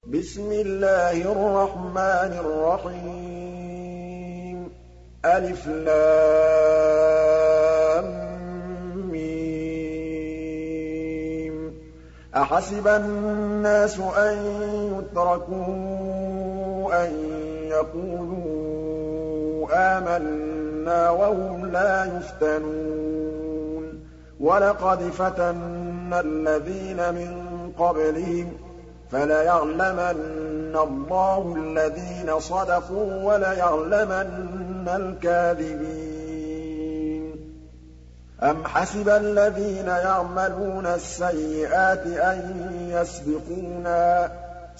بسم الله الرحمن الرحيم ألف لام ميم أحسب الناس أن يتركوا أن يقولوا آمنا وهم لا يفتنون ولقد فتنا الذين من قبلهم فليعلمن الله الذين صدقوا وليعلمن الكاذبين أم حسب الذين يعملون السيئات أن يسبقونا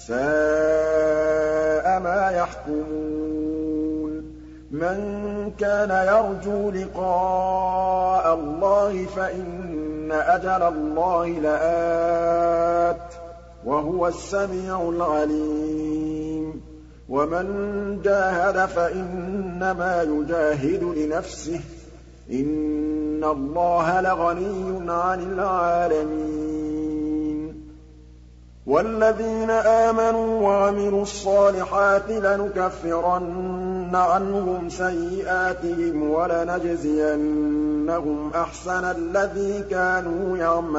ساء ما يحكمون من كان يرجو لقاء الله فإن أجل الله لآت وهو السميع العليم ومن جاهد فإنما يجاهد لنفسه إن الله لغني عن العالمين والذين آمنوا وعملوا الصالحات لنكفرن عنهم سيئاتهم ولنجزينهم أحسن الذي كانوا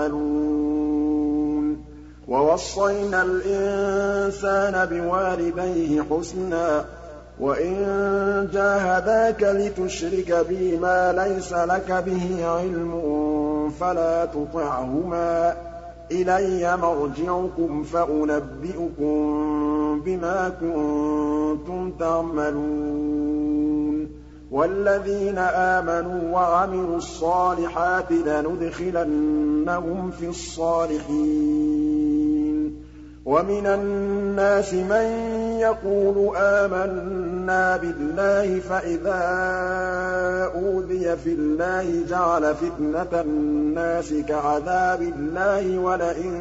يعملون ووصينا الإنسان بوالديه حسنا وإن جاهداك لتشرك بي ما ليس لك به علم فلا تطعهما إلي مرجعكم فأنبئكم بما كنتم تعملون والذين آمنوا وعملوا الصالحات لندخلنهم في الصالحين ومن الناس من يقول آمنا بالله فإذا أوذي في الله جعل فتنة الناس كعذاب الله ولئن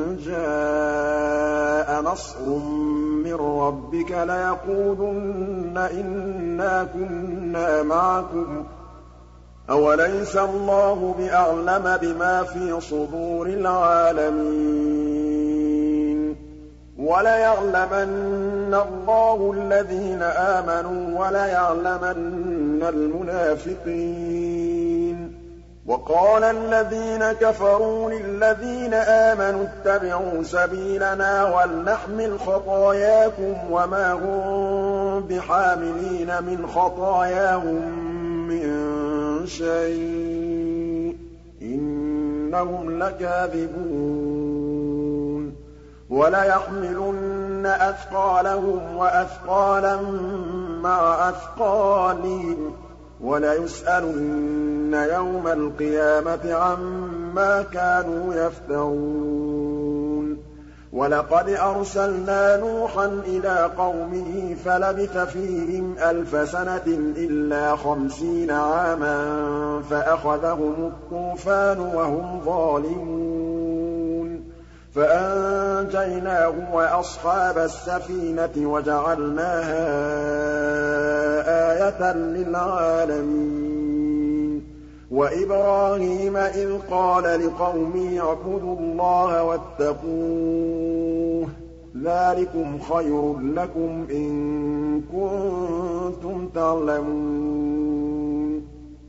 جاء نصر من ربك ليقولن إنا كنا معكم أوليس الله بأعلم بما في صدور العالمين وليعلمن الله الذين آمنوا وليعلمن المنافقين وقال الذين كفروا للذين آمنوا اتبعوا سبيلنا ولنحمل خطاياكم وما هم بحاملين من خطاياهم من شيء إنهم لكاذبون وليحملن أثقالهم وأثقالا مع أثقالهم وليسألن يوم القيامة عما كانوا يفترون ولقد أرسلنا نوحا إلى قومه فلبث فيهم 1000 سنة إلا 50 عاما فأخذهم الطوفان وهم ظالمون فأنجيناه وأصحاب السفينة وجعلناها آية للعالمين وإبراهيم إذ قال لقومه اعبدوا الله واتقوه ذلكم خير لكم إن كنتم تعلمون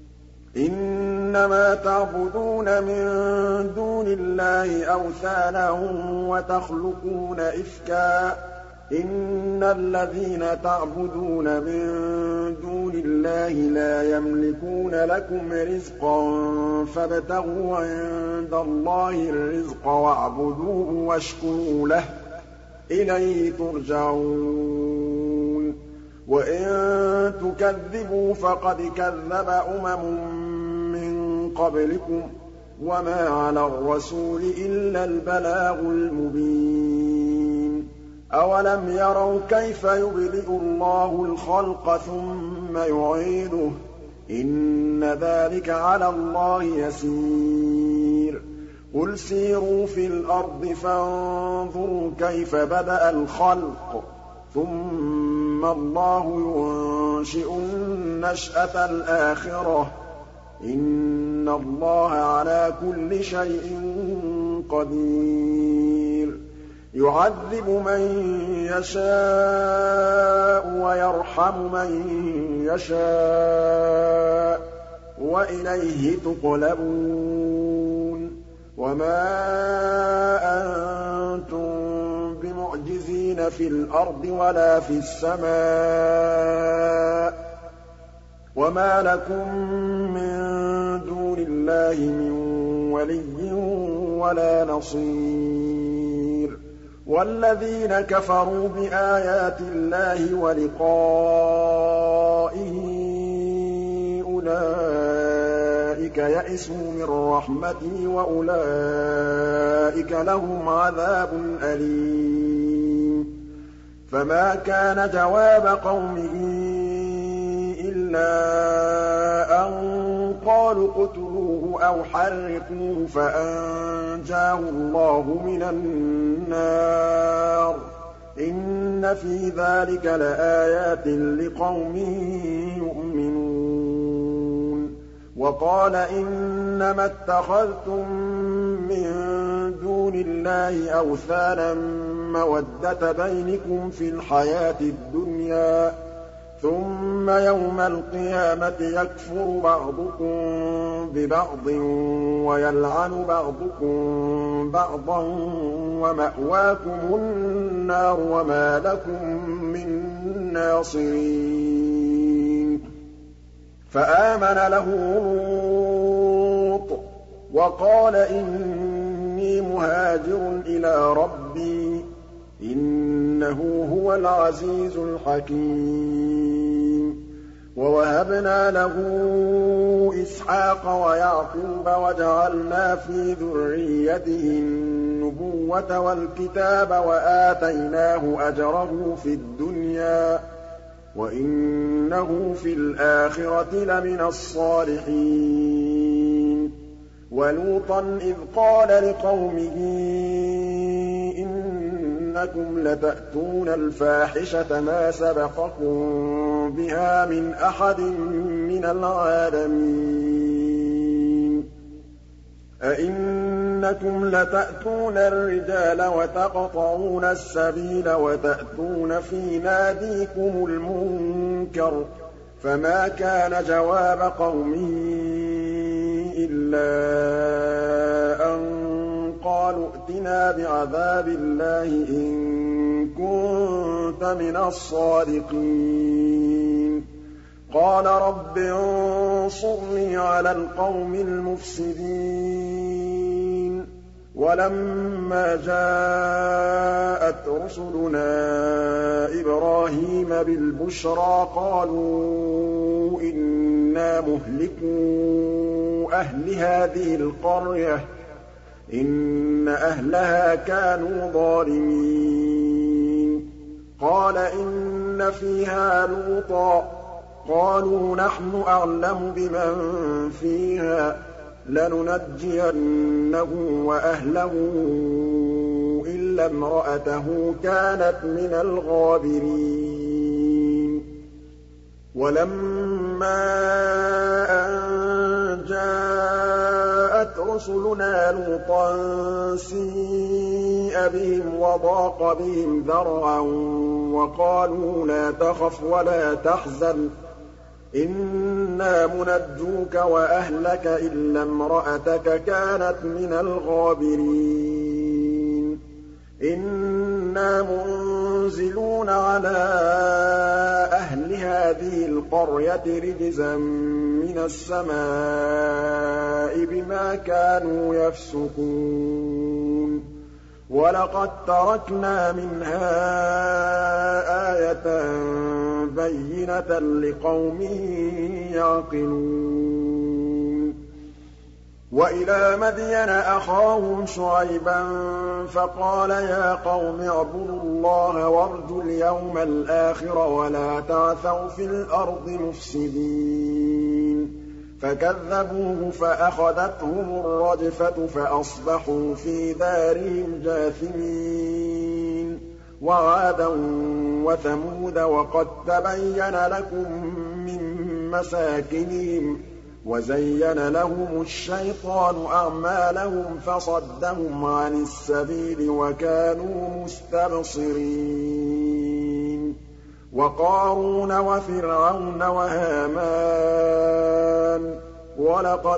إنما تعبدون من دون الله أوثانا وتخلقون إفكا إن الذين تعبدون من دون الله لا يملكون لكم رزقا فابتغوا عند الله الرزق واعبدوه واشكروا له إليه ترجعون وإن تكذبوا فقد كذب من قبلكم وما على الرسول إلا البلاغ المبين أولم يروا كيف يبدئ الله الخلق ثم يعيده إن ذلك على الله يسير قل سيروا في الأرض فانظروا كيف بدأ الخلق ثم الله ينشئ النشأة الآخرة إن الله على كل شيء قدير يُعَذِّبُ مَن يَشَاءُ وَيَرْحَمُ مَن يَشَاءُ ۖ وَإِلَيْهِ تُقْلَبُونَ وَمَا أَنتُم بِمُعْجِزِينَ فِي الْأَرْضِ وَلَا فِي السَّمَاءِ ۖ وَمَا لَكُم مِّن دُونِ اللَّهِ مِن وَلِيٍّ وَلَا نَصِيرٍ وَالَّذِينَ كَفَرُوا بِآيَاتِ اللَّهِ وَلِقَائِهِ أُولَٰئِكَ يَئِسُوا مِن رَّحْمَتِي وَأُولَٰئِكَ لَهُمْ عَذَابٌ أَلِيمٌ فَمَا كَانَ جَوَابَ قَوْمِهِ إِلَّا أَن قَالُوا اقْتُلُوهُ أَوْ حَرِّقُوهُ فَأَنجَاهُ اللَّهُ مِنَ النَّارِ ۚ إِنَّ فِي ذَٰلِكَ لَآيَاتٍ لِّقَوْمٍ يُؤْمِنُونَ وَقَالَ إِنَّمَا اتَّخَذْتُم مِّن دُونِ اللَّهِ أَوْثَانًا مَّوَدَّةَ بَيْنِكُمْ فِي الْحَيَاةِ الدُّنْيَا ۖ ثُمَّ يَوْمَ الْقِيَامَةِ يَكْفُرُ بَعْضُكُم بِبَعْضٍ وَيَلْعَنُ بَعْضُكُم بَعْضًا وَمَأْوَاكُمُ النَّارُ وَمَا لَكُم مِّن نَّاصِرِينَ فَآمَنَ لَهُ لُوطٌ وَقَالَ إِنِّي مُهَاجِرٌ إِلَىٰ رَبِّي إِنَّهُ هُوَ الْعَزِيزُ الْحَكِيمُ وَوَهَبْنَا لَهُ إِسْحَاقَ وَيَعْقُوبَ وَجَعَلْنَا فِي ذُرِّيَّتِهِ النُّبُوَّةَ وَالْكِتَابَ وَآتَيْنَاهُ أَجْرَهُ فِي الدُّنْيَا ۖ وَإِنَّهُ فِي الْآخِرَةِ لَمِنَ الصَّالِحِينَ وَلُوطًا إِذْ قَالَ لِقَوْمِهِ إِنَّكُمْ لَتَأْتُونَ الْفَاحِشَةَ مَا سَبَقَكُم بِهَا مِنْ أَحَدٍ مِّنَ الْعَالَمِينَ أَئِنَّكُمْ لَتَأْتُونَ الرِّجَالَ وَتَقْطَعُونَ السَّبِيلَ وَتَأْتُونَ فِي نَادِيكُمُ الْمُنكَرَ ۖ فَمَا كَانَ جَوَابَ قَوْمِهِ إِلَّا أَن قَالُوا ائْتِنَا بِعَذَابِ اللَّهِ إِن كُنتَ مِنَ الصَّادِقِينَ قَالَ رَبِّ انصُرْنِي عَلَى الْقَوْمِ الْمُفْسِدِينَ وَلَمَّا جَاءَتْ رُسُلُنَا إِبْرَاهِيمَ بِالْبُشْرَىٰ قَالُوا إِنَّا مُهْلِكُو أَهْلِ هَٰذِهِ الْقَرْيَةِ ۖ إِنَّ أَهْلَهَا كَانُوا ظَالِمِينَ قَالَ إِنَّ فِيهَا لُوطًا ۚ قَالُوا نَحْنُ أَعْلَمُ بِمَن فِيهَا ۖ لَنُنَجِّيَنَّهُ وَأَهْلَهُ إِلَّا امْرَأَتَهُ كَانَتْ مِنَ الْغَابِرِينَ وَلَمَّا أَن جَاءَتْ رُسُلُنَا لُوطًا سِيءَ بِهِمْ وَضَاقَ بِهِمْ ذَرْعًا وَقَالُوا لَا تَخَفْ وَلَا تَحْزَنْ إِنَّا مُنَجُّوكَ وَأَهْلَكَ إِلَّا امْرَأَتَكَ كَانَتْ مِنَ الْغَابِرِينَ إِنَّا مُنزِلُونَ عَلَىٰ أَهْلِ هَٰذِهِ الْقَرْيَةِ رِجْزًا مِّنَ السَّمَاءِ بِمَا كَانُوا يَفْسُقُونَ وَلَقَد تَّرَكْنَا مِنْهَا آيَةً بَيِّنَةً لِّقَوْمٍ يَعْقِلُونَ وَإِلَىٰ مَدْيَنَ أَخَاهُمْ شُعَيْبًا فَقَالَ يَا قَوْمِ اعْبُدُوا اللَّهَ وَارْجُوا الْيَوْمَ الْآخِرَ وَلَا تَعْثَوْا فِي الْأَرْضِ مُفْسِدِينَ فَكَذَّبُوهُ فَأَخَذَتْهُمُ الرَّجْفَةُ فَأَصْبَحُوا فِي دَارِهِمْ جَاثِمِينَ وَعَادًا وَثَمُودَ وَقَد تَّبَيَّنَ لَكُم مِّن مَّسَاكِنِهِمْ وَزَيَّنَ لَهُمُ الشَّيْطَانُ أَعْمَالَهُمْ فَصَدَّهُمْ عَنِ السَّبِيلِ وَكَانُوا مُسْتَبْصِرِينَ وَقَارُونَ وَفِرْعَوْنَ وَهَامَانَ وَلَقَدْ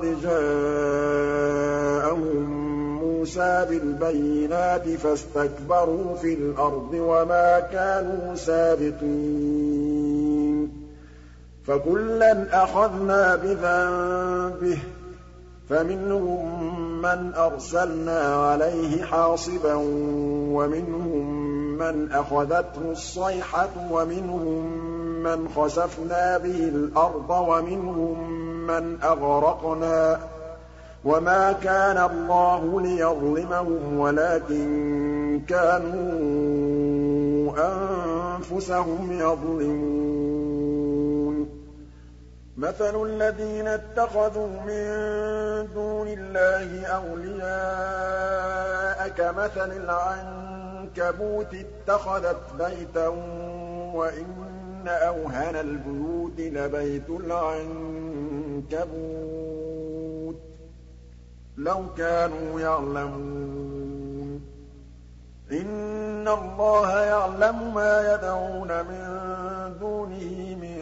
جَاءَهُم مُّوسَىٰ بِالْبَيِّنَاتِ فَاسْتَكْبَرُوا فِي الْأَرْضِ وَمَا كَانُوا سَابِقِينَ فَكُلًّا أَخَذْنَا بِذَنبِهِ فَمِنْهُم مَّنْ أَرْسَلْنَا عَلَيْهِ حَاصِبًا وَمِنْهُم مَّنْ أَخَذَتْهُ الصَّيْحَةُ وَمِنْهُم مَّنْ خَسَفْنَا بِهِ الْأَرْضَ وَمِنْهُم مَّنْ أَغْرَقْنَا ۚ وَمَا كَانَ اللَّهُ لِيَظْلِمَهُمْ وَلَٰكِن كَانُوا أَنفُسَهُمْ يَظْلِمُونَ مَثَلُ الَّذِينَ اتَّخَذُوا مِن دُونِ اللَّهِ أَوْلِيَاءَ كَمَثَلِ الْعَنكَبُوتِ اتَّخَذَتْ بَيْتًا وَإِنَّ أَوْهَنَ الْبُيُوتِ لَبَيْتُ الْعَنكَبُوتِ لَوْ كَانُوا يَعْلَمُونَ إِنَّ اللَّهَ يَعْلَمُ مَا يَدْعُونَ مِن دُونِهِ مِن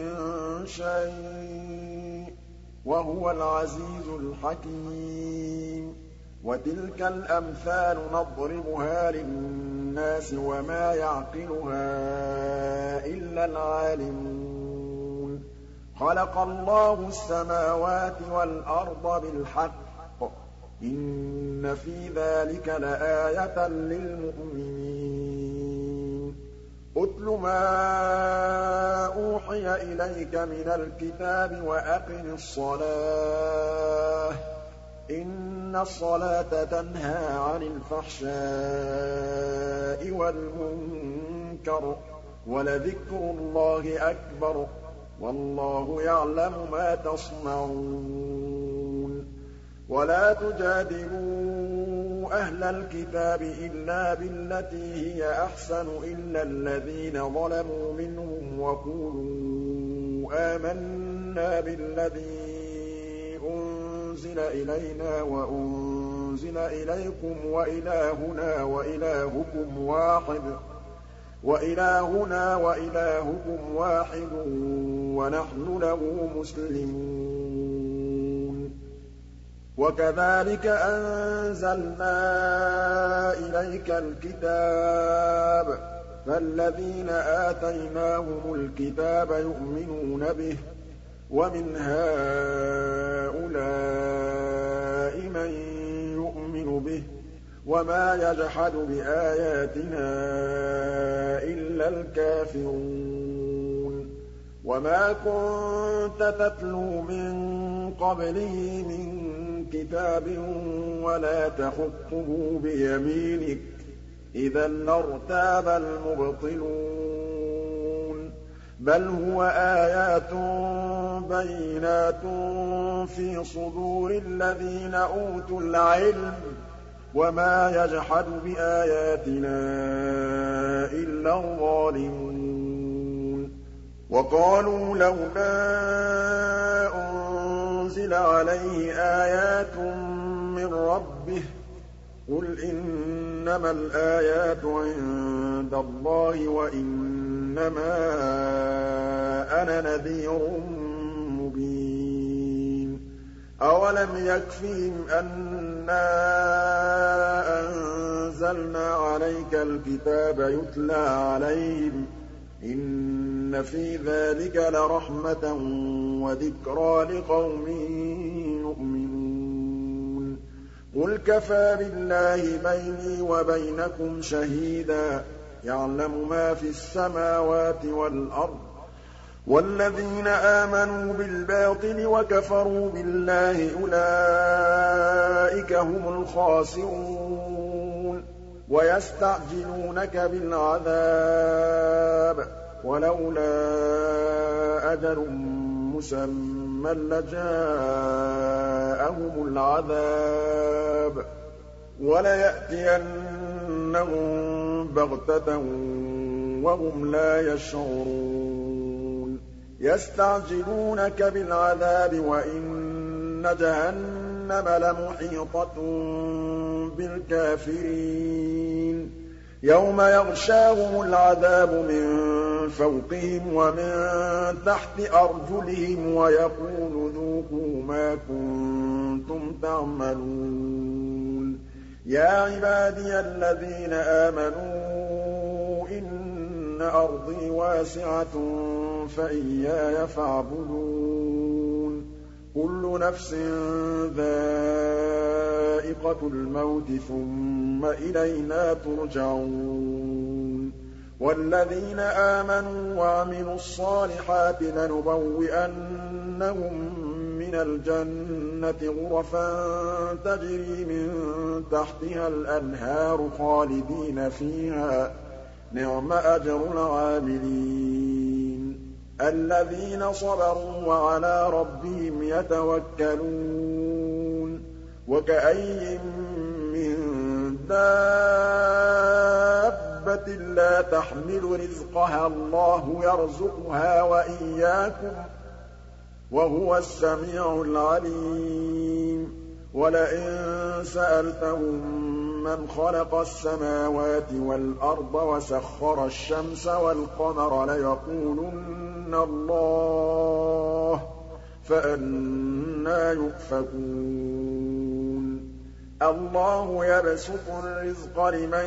شَيْءٍ ۚ وَهُوَ الْعَزِيزُ الْحَكِيمُ وَتِلْكَ الْأَمْثَالُ نَضْرِبُهَا لِلنَّاسِ وَمَا يَعْقِلُهَا إِلَّا الْعَالِمُونَ خَلَقَ اللَّهُ السَّمَاوَاتِ وَالْأَرْضَ بِالْحَقِّ ۚ إِنَّ فِي ذَٰلِكَ لَآيَةً لِّلْمُؤْمِنِينَ اتْلُ مَا أُوحِيَ إِلَيْكَ مِنَ الْكِتَابِ وَأَقِمِ الصَّلَاةَ ۖ إِنَّ الصَّلَاةَ تَنْهَىٰ عَنِ الْفَحْشَاءِ وَالْمُنكَرِ ۗ وَلَذِكْرُ اللَّهِ أَكْبَرُ ۗ وَاللَّهُ يَعْلَمُ مَا تَصْنَعُونَ وَلَا تُجَادِلُوا أَهْلَ الْكِتَابِ إِلَّا بِالَّتِي هِيَ أَحْسَنُ إِلَّا الَّذِينَ ظَلَمُوا مِنْهُمْ وَقُولُوا آمَنَّا بِالَّذِي أُنزِلَ إِلَيْنَا وَأُنزِلَ إِلَيْكُمْ وَإِلَٰهُنَا وَإِلَٰهُكُمْ وَاحِدٌ وَنَحْنُ لَهُ مُسْلِمُونَ وَكَذَٰلِكَ أَنزَلْنَا إِلَيْكَ الْكِتَابَ فَالَّذِينَ آتَيْنَاهُمُ الْكِتَابَ يُؤْمِنُونَ بِهِ ۖ وَمِنْ هَٰؤُلَاءِ مَن يُؤْمِنُ بِهِ ۚ وَمَا يَجْحَدُ بِآيَاتِنَا إِلَّا الْكَافِرُونَ وَمَا كُنتَ تَتْلُو مِن قَبْلِهِ مِن كِتَابٍ وَلَا تَخُطُّهُ بِيَمِينِكَ ۖ إِذًا لَّارْتَابَ الْمُبْطِلُونَ بَلْ هُوَ آيَاتٌ بَيِّنَاتٌ فِي صُدُورِ الَّذِينَ أُوتُوا الْعِلْمَ ۚ وَمَا يَجْحَدُ بِآيَاتِنَا إِلَّا الظَّالِمُونَ وَقَالُوا لَوْلَا أُنزِلَ عَلَيْهِ آيَاتٌ مِّن رَّبِّهِ ۖ قُلْ إِنَّمَا الْآيَاتُ عِندَ اللَّهِ وَإِنَّمَا أَنَا نَذِيرٌ مُّبِينٌ أَوَلَمْ يَكْفِهِمْ أَنَّا أَنزَلْنَا عَلَيْكَ الْكِتَابَ يُتْلَىٰ عَلَيْهِمْ ۚ إِنَّ فِي ذَٰلِكَ لَرَحْمَةً وَذِكْرَىٰ لِقَوْمٍ يُؤْمِنُونَ قُلْ كَفَىٰ بِاللَّهِ بَيْنِي وَبَيْنَكُمْ شَهِيدًا يَعْلَمُ مَا فِي السَّمَاوَاتِ وَالْأَرْضِ ۗ وَالَّذِينَ آمَنُوا بِالْبَاطِلِ وَكَفَرُوا بِاللَّهِ أُولَٰئِكَ هُمُ الْخَاسِرُونَ وَيَسْتَعْجِلُونَكَ بِالْعَذَابِ ۚ وَلَوْلَا أَجَلٌ مُّسَمًّى لَّجَاءَهُمُ الْعَذَابُ ۚ وَلَيَأْتِيَنَّهُم بَغْتَةً وَهُمْ لَا يَشْعُرُونَ يَسْتَعْجِلُونَكَ بِالْعَذَابِ وَإِنَّ جَهَنَّمَ لَمُحِيطَةٌ بِالْكَافِرِينَ يَوْمَ يَغْشَاهُمُ الْعَذَابُ مِن فَوْقِهِمْ وَمِن تَحْتِ أَرْجُلِهِمْ وَيَقُولُ ذُوقُوا مَا كُنتُمْ تَعْمَلُونَ يَا عِبَادِيَ الَّذِينَ آمَنُوا إِنَّ أَرْضِي وَاسِعَةٌ فَإِيَّايَ فَاعْبُدُونِ كُلُّ نَفْسٍ ذَائِقَةُ الْمَوْتِ ثُمَّ إِلَيْنَا تُرْجَعُونَ وَالَّذِينَ آمَنُوا وَعَمِلُوا الصَّالِحَاتِ لَنُبَوِّئَنَّهُم مِّنَ الْجَنَّةِ غُرَفًا تَجْرِي مِن تَحْتِهَا الْأَنْهَارُ خَالِدِينَ فِيهَا ۚ نِعْمَ أَجْرُ الْعَامِلِينَ الَّذِينَ صَبَرُوا وَعَلَىٰ رَبِّهِمْ يَتَوَكَّلُونَ وَكَأَيِّن مِّن دَابَّةٍ لَّا تَحْمِلُ رِزْقَهَا اللَّهُ يَرْزُقُهَا وَإِيَّاكُمْ ۚ وَهُوَ السَّمِيعُ الْعَلِيمُ وَلَئِن سَأَلْتَهُم مَّنْ خَلَقَ السَّمَاوَاتِ وَالْأَرْضَ وَسَخَّرَ الشَّمْسَ وَالْقَمَرَ لَيَقُولُنَّ اللَّهُ ۖ فَأَنَّىٰ يُؤْفَكُونَ اللَّهُ يَبْسُطُ الرِّزْقَ لِمَن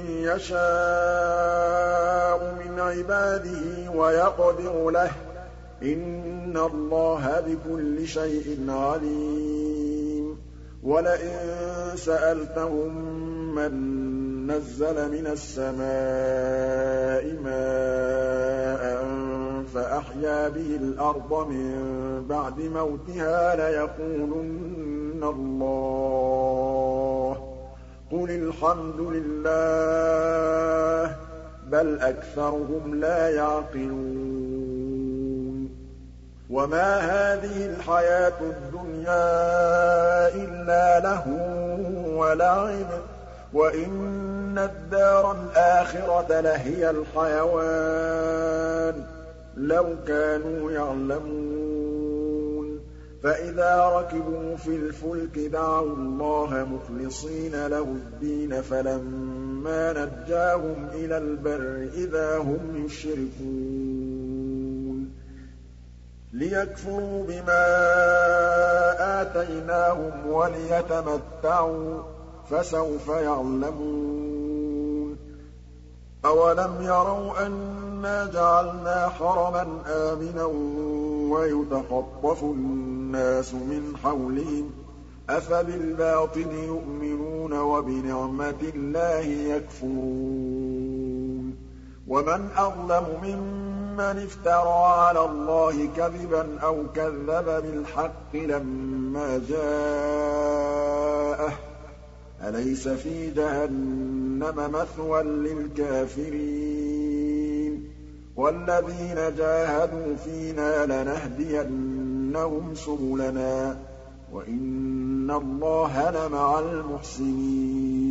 يَشَاءُ مِنْ عِبَادِهِ وَيَقْدِرُ لَهُ ۚ إِنَّ اللَّهَ بِكُلِّ شَيْءٍ عَلِيمٌ وَلَئِن سَأَلْتَهُم مَّن نَّزَّلَ مِنَ السَّمَاءِ مَاءً فَأَحْيَا بِهِ الْأَرْضَ مِن بَعْدِ مَوْتِهَا لَيَقُولُنَّ اللَّهُ ۚ قُلِ الْحَمْدُ لِلَّهِ ۚ بَلْ أَكْثَرُهُمْ لَا يَعْقِلُونَ وَمَا هَٰذِهِ الْحَيَاةُ الدُّنْيَا إِلَّا لَهْوٌ وَلَعِبٌ ۚ وَإِنَّ الدَّارَ الْآخِرَةَ لَهِيَ الْحَيَوَانُ ۚ لَوْ كَانُوا يَعْلَمُونَ فَإِذَا رَكِبُوا فِي الْفُلْكِ دَعَوُا اللَّهَ مُخْلِصِينَ لَهُ الدِّينَ فَلَمَّا نَجَّاهُمْ إِلَى الْبَرِّ إِذَا هُمْ يُشْرِكُونَ لِيَكْفُرُوا بِمَا آتَيْنَاهُمْ وَلِيَتَمَتَّعُوا ۖ فَسَوْفَ يَعْلَمُونَ أَوَلَمْ يَرَوْا أَنَّا جَعَلْنَا حَرَمًا آمِنًا وَيُتَخَطَّفُ النَّاسُ مِنْ حَوْلِهِمْ ۚ أَفَبِالْبَاطِلِ يُؤْمِنُونَ وَبِنِعْمَةِ اللَّهِ يَكْفُرُونَ وَمَنْ أَظْلَمُ مِمَّنِ افْتَرَىٰ عَلَى اللَّهِ كَذِبًا أَوْ كَذَّبَ بِالْحَقِّ لَمَّا جَاءَهُ ۚ أَلَيْسَ فِي جَهَنَّمَ مَثْوًى لِّلْكَافِرِينَ وَالَّذِينَ جَاهَدُوا فِينَا لَنَهْدِيَنَّهُمْ سُبُلَنَا ۚ وَإِنَّ اللَّهَ لَمَعَ الْمُحْسِنِينَ